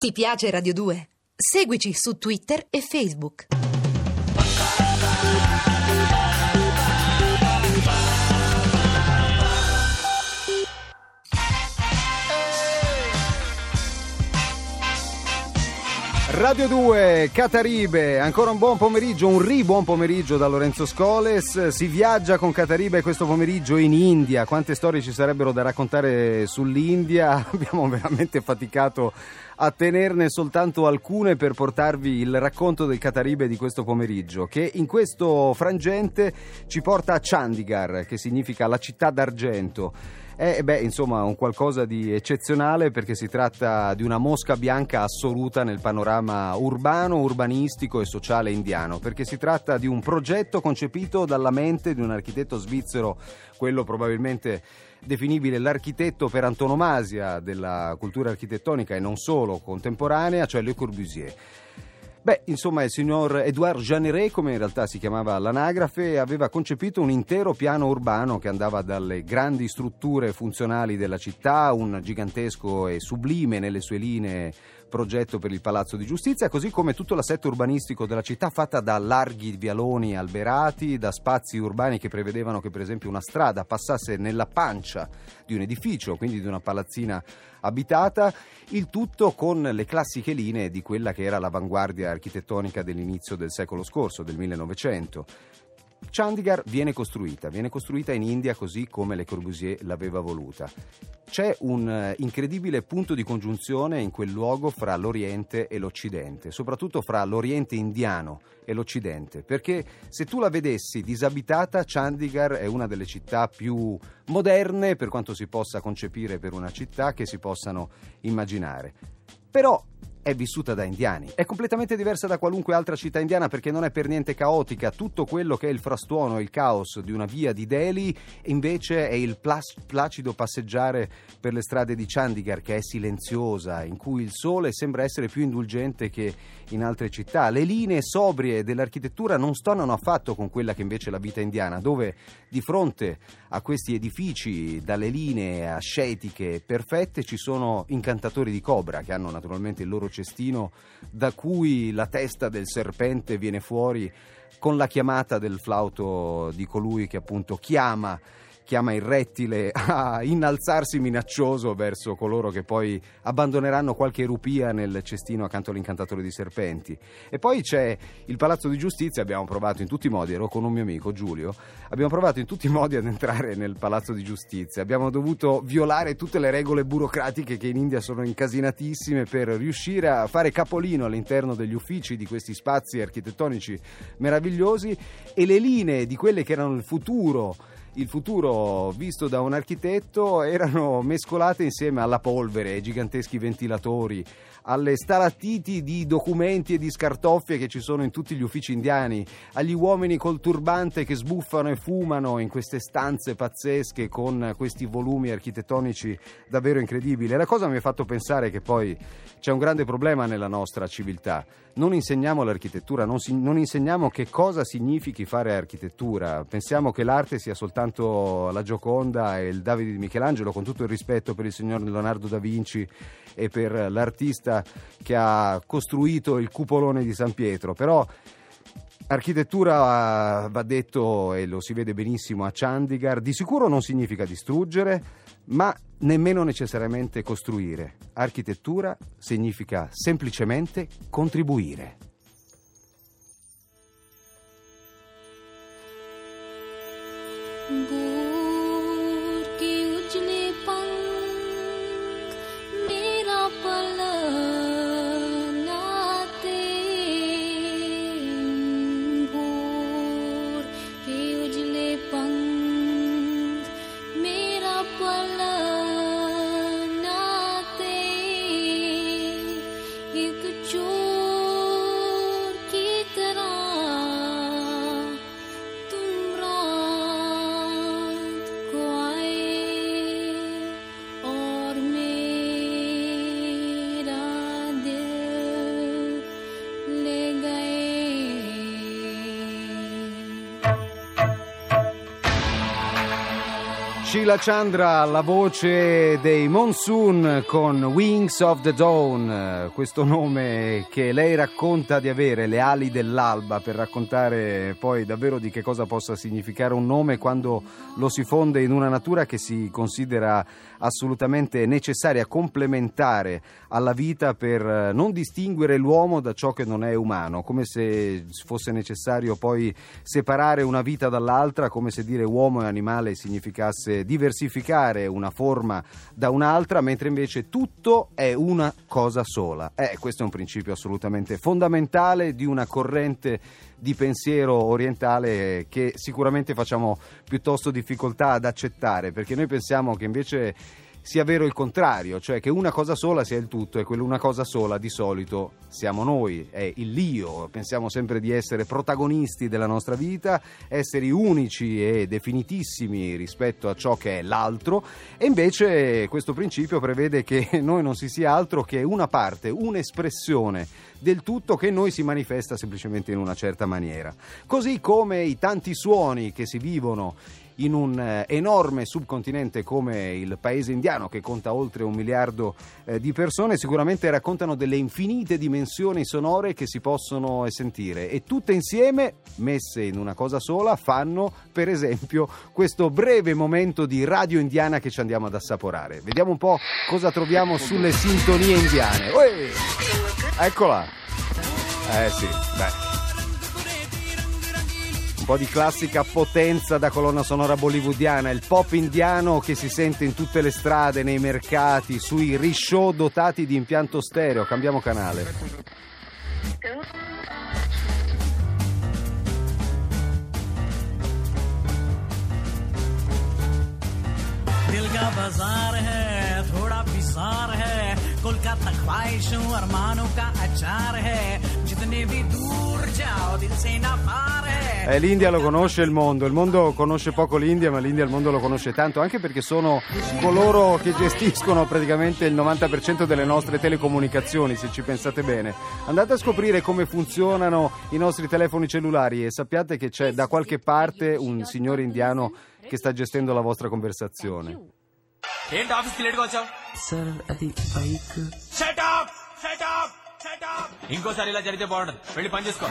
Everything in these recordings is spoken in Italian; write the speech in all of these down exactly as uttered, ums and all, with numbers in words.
Ti piace Radio due? Seguici su Twitter e Facebook. Radio due, Cataribe, ancora un buon pomeriggio, un ri-buon pomeriggio da Lorenzo Scoles. Si viaggia con Cataribe questo pomeriggio in India. Quante storie ci sarebbero da raccontare sull'India? Abbiamo veramente faticato a tenerne soltanto alcune per portarvi il racconto del Cataribe di questo pomeriggio, che in questo frangente ci porta a Chandigarh, che significa la città d'argento. È beh, insomma, un qualcosa di eccezionale, perché si tratta di una mosca bianca assoluta nel panorama urbano, urbanistico e sociale indiano, perché si tratta di un progetto concepito dalla mente di un architetto svizzero, quello probabilmente definibile l'architetto per antonomasia della cultura architettonica e non solo contemporanea, cioè Le Corbusier. Beh, insomma, il signor Édouard Jeanneret, come in realtà si chiamava l'anagrafe, aveva concepito un intero piano urbano che andava dalle grandi strutture funzionali della città, un gigantesco e sublime nelle sue linee progetto per il Palazzo di Giustizia, così come tutto l'assetto urbanistico della città, fatta da larghi vialoni alberati, da spazi urbani che prevedevano che per esempio una strada passasse nella pancia di un edificio, quindi di una palazzina abitata, il tutto con le classiche linee di quella che era l'avanguardia architettonica dell'inizio del secolo scorso, del millenovecento. Chandigarh viene costruita, viene costruita in India così come Le Corbusier l'aveva voluta. C'è un uh, incredibile punto di congiunzione in quel luogo fra l'Oriente e l'Occidente, soprattutto fra l'Oriente indiano e l'Occidente, perché se tu la vedessi disabitata, Chandigarh è una delle città più moderne per quanto si possa concepire per una città che si possano immaginare. Però è vissuta da indiani, è completamente diversa da qualunque altra città indiana, perché non è per niente caotica. Tutto quello che è il frastuono e il caos di una via di Delhi invece è il plas- placido passeggiare per le strade di Chandigarh, che è silenziosa, in cui il sole sembra essere più indulgente che in altre città. Le linee sobrie dell'architettura non stonano affatto con quella che invece è la vita indiana, dove di fronte a questi edifici dalle linee ascetiche perfette ci sono incantatori di cobra, che hanno naturalmente il loro cestino da cui la testa del serpente viene fuori con la chiamata del flauto di colui che appunto chiama chiama il rettile a innalzarsi minaccioso verso coloro che poi abbandoneranno qualche rupia nel cestino accanto all'incantatore di serpenti. E poi c'è il Palazzo di Giustizia. Abbiamo provato in tutti i modi, ero con un mio amico Giulio, abbiamo provato in tutti i modi ad entrare nel Palazzo di Giustizia. Abbiamo dovuto violare tutte le regole burocratiche che in India sono incasinatissime per riuscire a fare capolino all'interno degli uffici di questi spazi architettonici meravigliosi, e le linee di quelle che erano il futuro il futuro visto da un architetto erano mescolate insieme alla polvere, ai giganteschi ventilatori, alle stalattiti di documenti e di scartoffie che ci sono in tutti gli uffici indiani, agli uomini col turbante che sbuffano e fumano in queste stanze pazzesche con questi volumi architettonici davvero incredibili. E la cosa mi ha fatto pensare che poi c'è un grande problema nella nostra civiltà: non insegniamo l'architettura, non, si, non insegniamo che cosa significhi fare architettura. Pensiamo che l'arte sia soltanto la Gioconda e il Davide di Michelangelo, con tutto il rispetto per il signor Leonardo da Vinci e per l'artista che ha costruito il cupolone di San Pietro. Però architettura, va detto, e lo si vede benissimo a Chandigarh, di sicuro non significa distruggere, ma nemmeno necessariamente costruire. Architettura significa semplicemente contribuire. Choo Sheila Chandra, la voce dei Monsoon con Wings of the Dawn, questo nome che lei racconta di avere, le ali dell'alba, per raccontare poi davvero di che cosa possa significare un nome quando lo si fonde in una natura che si considera assolutamente necessaria, complementare alla vita, per non distinguere l'uomo da ciò che non è umano, come se fosse necessario poi separare una vita dall'altra, come se dire uomo e animale significasse diversificare una forma da un'altra, mentre invece tutto è una cosa sola. Eh, questo è un principio assolutamente fondamentale di una corrente di pensiero orientale che sicuramente facciamo piuttosto difficoltà ad accettare, perché noi pensiamo che invece sia vero il contrario, cioè che una cosa sola sia il tutto, e quell'una cosa sola di solito siamo noi, è il io. Pensiamo sempre di essere protagonisti della nostra vita, esseri unici e definitissimi rispetto a ciò che è l'altro, e invece questo principio prevede che noi non si sia altro che una parte, un'espressione del tutto che in noi si manifesta semplicemente in una certa maniera. Così come i tanti suoni che si vivono in un eh, enorme subcontinente come il paese indiano, che conta oltre un miliardo eh, di persone, sicuramente raccontano delle infinite dimensioni sonore che si possono sentire, e tutte insieme, messe in una cosa sola, fanno per esempio questo breve momento di radio indiana che ci andiamo ad assaporare. Vediamo un po' cosa troviamo sulle sintonie indiane. Uè! Eccola! Eh sì, beh. Un po' di classica potenza da colonna sonora bollywoodiana, il pop indiano che si sente in tutte le strade, nei mercati, sui rishow dotati di impianto stereo. Cambiamo canale. दिल का बाजार है थोड़ा बिजार है कोलकाता ख्वाहिशों अरमानों का अचार है जितने भी दूर जाओ दिल से ना पार है. Eh, L'India lo conosce il mondo, il mondo conosce poco l'India, ma l'India il mondo lo conosce tanto, anche perché sono coloro che gestiscono praticamente il novanta per cento delle nostre telecomunicazioni, se ci pensate bene. Andate a scoprire come funzionano i nostri telefoni cellulari e sappiate che c'è da qualche parte un signore indiano che sta gestendo la vostra conversazione. ఏంటి ఆఫీస్కి లేట్గా వచ్చావు? సార్ అది బైక్. షట్ అప్ షట్ అప్ షట్ అప్ ఇంకోసారి ఇలా జరిగితే బాగుండదు, వెళ్ళి పని చేసుకో.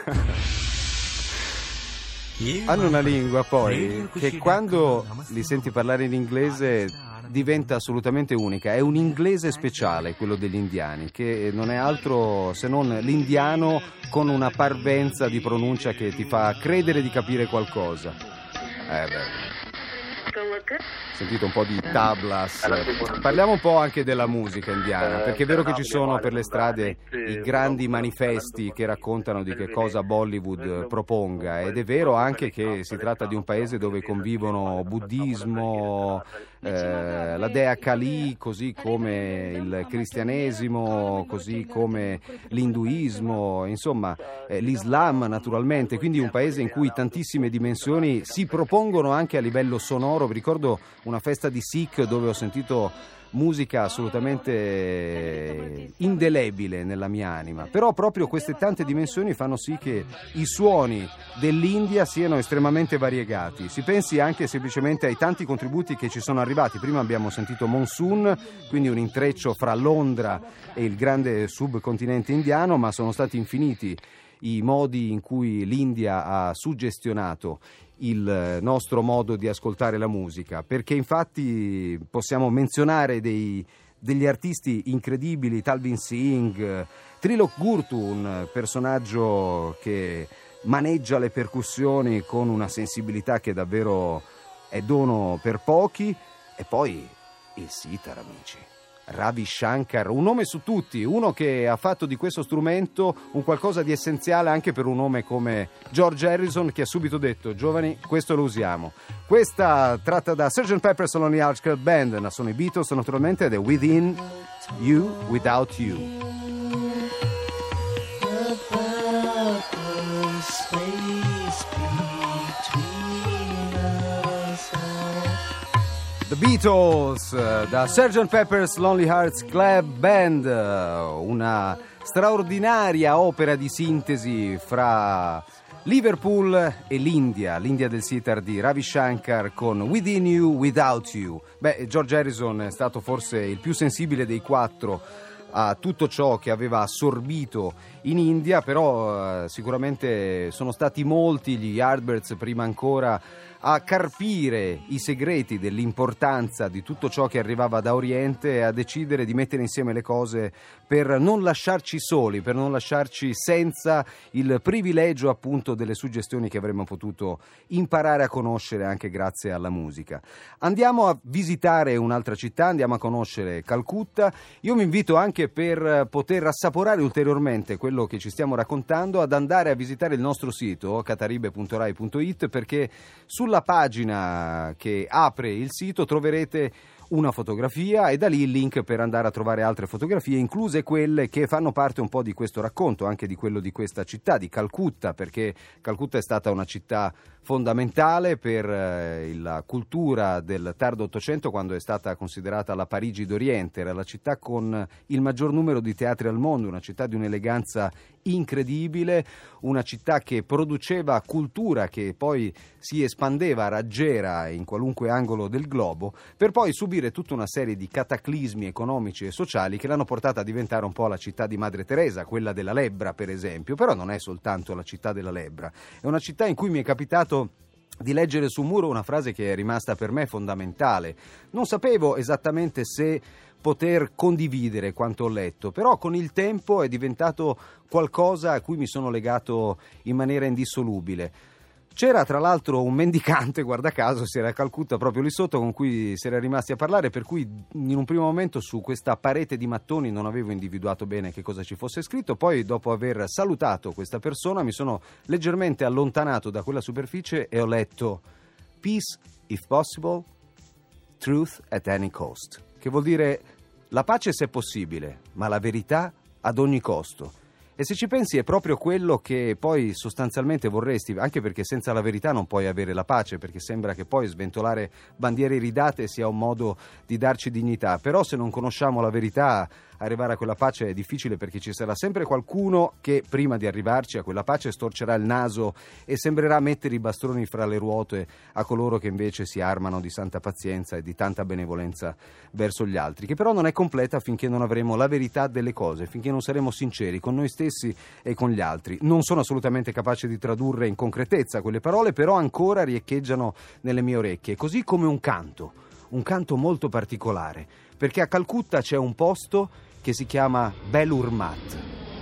Hanno una lingua poi che quando li senti parlare in inglese diventa assolutamente unica, è un inglese speciale quello degli indiani, che non è altro se non l'indiano con una parvenza di pronuncia che ti fa credere di capire qualcosa. Eh beh. Sentito un po' di tablas. Parliamo un po' anche della musica indiana, perché è vero che ci sono per le strade i grandi manifesti che raccontano di che cosa Bollywood proponga, ed è vero anche che si tratta di un paese dove convivono buddismo, eh, la dea Kali, così come il cristianesimo, così come l'induismo, insomma eh, l'Islam naturalmente, quindi un paese in cui tantissime dimensioni si propongono anche a livello sonoro. Vi ricordo una festa di Sikh dove ho sentito musica assolutamente indelebile nella mia anima, però proprio queste tante dimensioni fanno sì che i suoni dell'India siano estremamente variegati. Si pensi anche semplicemente ai tanti contributi che ci sono arrivati. Prima abbiamo sentito Monsoon, quindi un intreccio fra Londra e il grande subcontinente indiano, ma sono stati infiniti i modi in cui l'India ha suggestionato il nostro modo di ascoltare la musica, perché infatti possiamo menzionare dei, degli artisti incredibili, Talvin Singh, Trilok Gurtu, un personaggio che maneggia le percussioni con una sensibilità che davvero è dono per pochi, e poi il sitar, amici. Ravi Shankar, un nome su tutti, uno che ha fatto di questo strumento un qualcosa di essenziale anche per un nome come George Harrison, che ha subito detto: giovani, questo lo usiamo. Questa tratta da sergeant Pepper's Lonely Hearts Club Band, sono i Beatles naturalmente, ed è Within You, Without You. The Beatles, da sergeant Pepper's Lonely Hearts Club Band, una straordinaria opera di sintesi fra Liverpool e l'India, l'India del sitar di Ravi Shankar con Within You, Without You. Beh, George Harrison è stato forse il più sensibile dei quattro a tutto ciò che aveva assorbito in India, però eh, sicuramente sono stati molti gli Yardbirds prima ancora a carpire i segreti dell'importanza di tutto ciò che arrivava da Oriente e a decidere di mettere insieme le cose per non lasciarci soli, per non lasciarci senza il privilegio appunto delle suggestioni che avremmo potuto imparare a conoscere anche grazie alla musica. Andiamo a visitare un'altra città, andiamo a conoscere Calcutta. Io mi invito anche, per poter assaporare ulteriormente quello che ci stiamo raccontando, ad andare a visitare il nostro sito cataribe punto rai punto it, perché sulla la pagina che apre il sito troverete una fotografia e da lì il link per andare a trovare altre fotografie, incluse quelle che fanno parte un po' di questo racconto, anche di quello di questa città, di Calcutta, perché Calcutta è stata una città fondamentale per eh, la cultura del tardo Ottocento, quando è stata considerata la Parigi d'Oriente. Era la città con il maggior numero di teatri al mondo, una città di un'eleganza incredibile, una città che produceva cultura che poi si espandeva a raggiera in qualunque angolo del globo, per poi subire tutta una serie di cataclismi economici e sociali che l'hanno portata a diventare un po' la città di Madre Teresa, quella della lebbra per esempio. Però non è soltanto la città della lebbra, è una città in cui mi è capitato di leggere su un muro una frase che è rimasta per me fondamentale. Non sapevo esattamente se poter condividere quanto ho letto, però con il tempo è diventato qualcosa a cui mi sono legato in maniera indissolubile. C'era tra l'altro un mendicante, guarda caso, si era a Calcutta proprio lì sotto, con cui si era rimasti a parlare, per cui in un primo momento su questa parete di mattoni non avevo individuato bene che cosa ci fosse scritto. Poi, dopo aver salutato questa persona, mi sono leggermente allontanato da quella superficie e ho letto "Peace if possible, truth at any cost", che vuol dire la pace se possibile, ma la verità ad ogni costo. E se ci pensi è proprio quello che poi sostanzialmente vorresti, anche perché senza la verità non puoi avere la pace, perché sembra che poi sventolare bandiere iridate sia un modo di darci dignità. Però se non conosciamo la verità, arrivare a quella pace è difficile, perché ci sarà sempre qualcuno che prima di arrivarci a quella pace storcerà il naso e sembrerà mettere i bastoni fra le ruote a coloro che invece si armano di santa pazienza e di tanta benevolenza verso gli altri, che però non è completa finché non avremo la verità delle cose, finché non saremo sinceri con noi stessi e con gli altri. Non sono assolutamente capace di tradurre in concretezza quelle parole, però ancora riecheggiano nelle mie orecchie, così come un canto, un canto molto particolare, perché a Calcutta c'è un posto che si chiama Belur Math.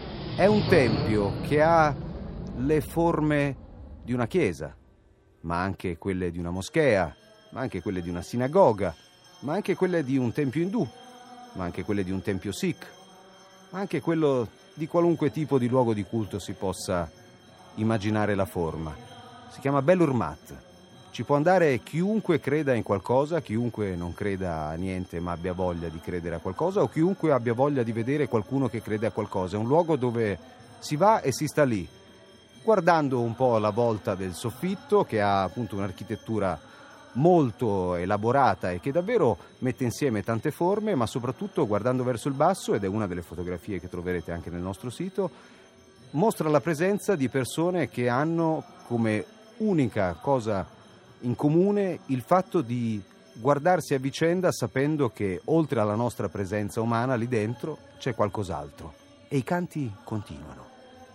È un tempio che ha le forme di una chiesa, ma anche quelle di una moschea, ma anche quelle di una sinagoga, ma anche quelle di un tempio indù, ma anche quelle di un tempio sikh, ma anche quello di qualunque tipo di luogo di culto si possa immaginare la forma. Si chiama Belur Math. Ci può andare chiunque creda in qualcosa, chiunque non creda a niente ma abbia voglia di credere a qualcosa, o chiunque abbia voglia di vedere qualcuno che crede a qualcosa. È un luogo dove si va e si sta lì, guardando un po' la volta del soffitto, che ha appunto un'architettura molto elaborata e che davvero mette insieme tante forme, ma soprattutto guardando verso il basso, ed è una delle fotografie che troverete anche nel nostro sito, mostra la presenza di persone che hanno come unica cosa in comune il fatto di guardarsi a vicenda sapendo che oltre alla nostra presenza umana lì dentro c'è qualcos'altro. E i canti continuano.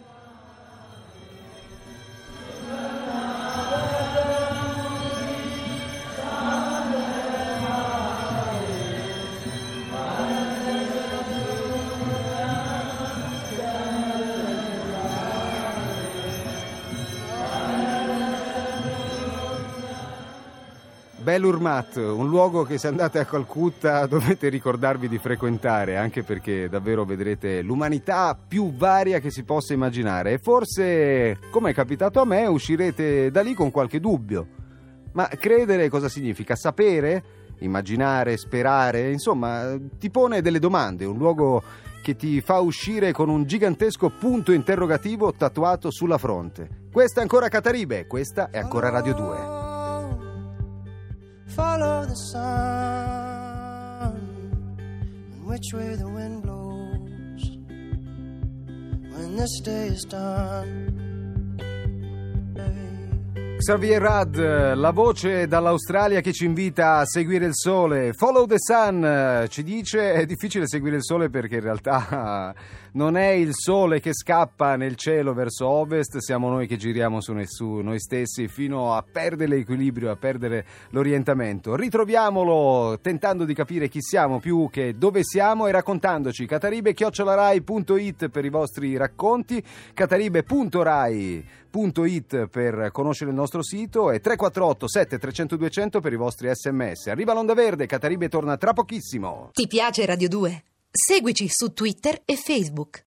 Belur Math, un luogo che se andate a Calcutta dovete ricordarvi di frequentare, anche perché davvero vedrete l'umanità più varia che si possa immaginare, e forse, come è capitato a me, uscirete da lì con qualche dubbio. Ma credere cosa significa? Sapere? Immaginare? Sperare? Insomma, ti pone delle domande, un luogo che ti fa uscire con un gigantesco punto interrogativo tatuato sulla fronte. Questa è ancora Cataribe, questa è ancora Radio due. Follow the sun, and which way the wind blows when this day is done. Xavier Rudd, la voce dall'Australia che ci invita a seguire il sole. Follow the sun, ci dice, è difficile seguire il sole perché in realtà non è il sole che scappa nel cielo verso ovest, siamo noi che giriamo su, su noi stessi fino a perdere l'equilibrio, a perdere l'orientamento. Ritroviamolo tentando di capire chi siamo più che dove siamo e raccontandoci. Cataribe chiocciola rai punto it per i vostri racconti, cataribe punto rai punto it per conoscere il nostro sito e tre quattro otto sette tre zero zero due zero zero per i vostri sms. Arriva l'Onda Verde, Cataribe torna tra pochissimo. Ti piace Radio due? Seguici su Twitter e Facebook.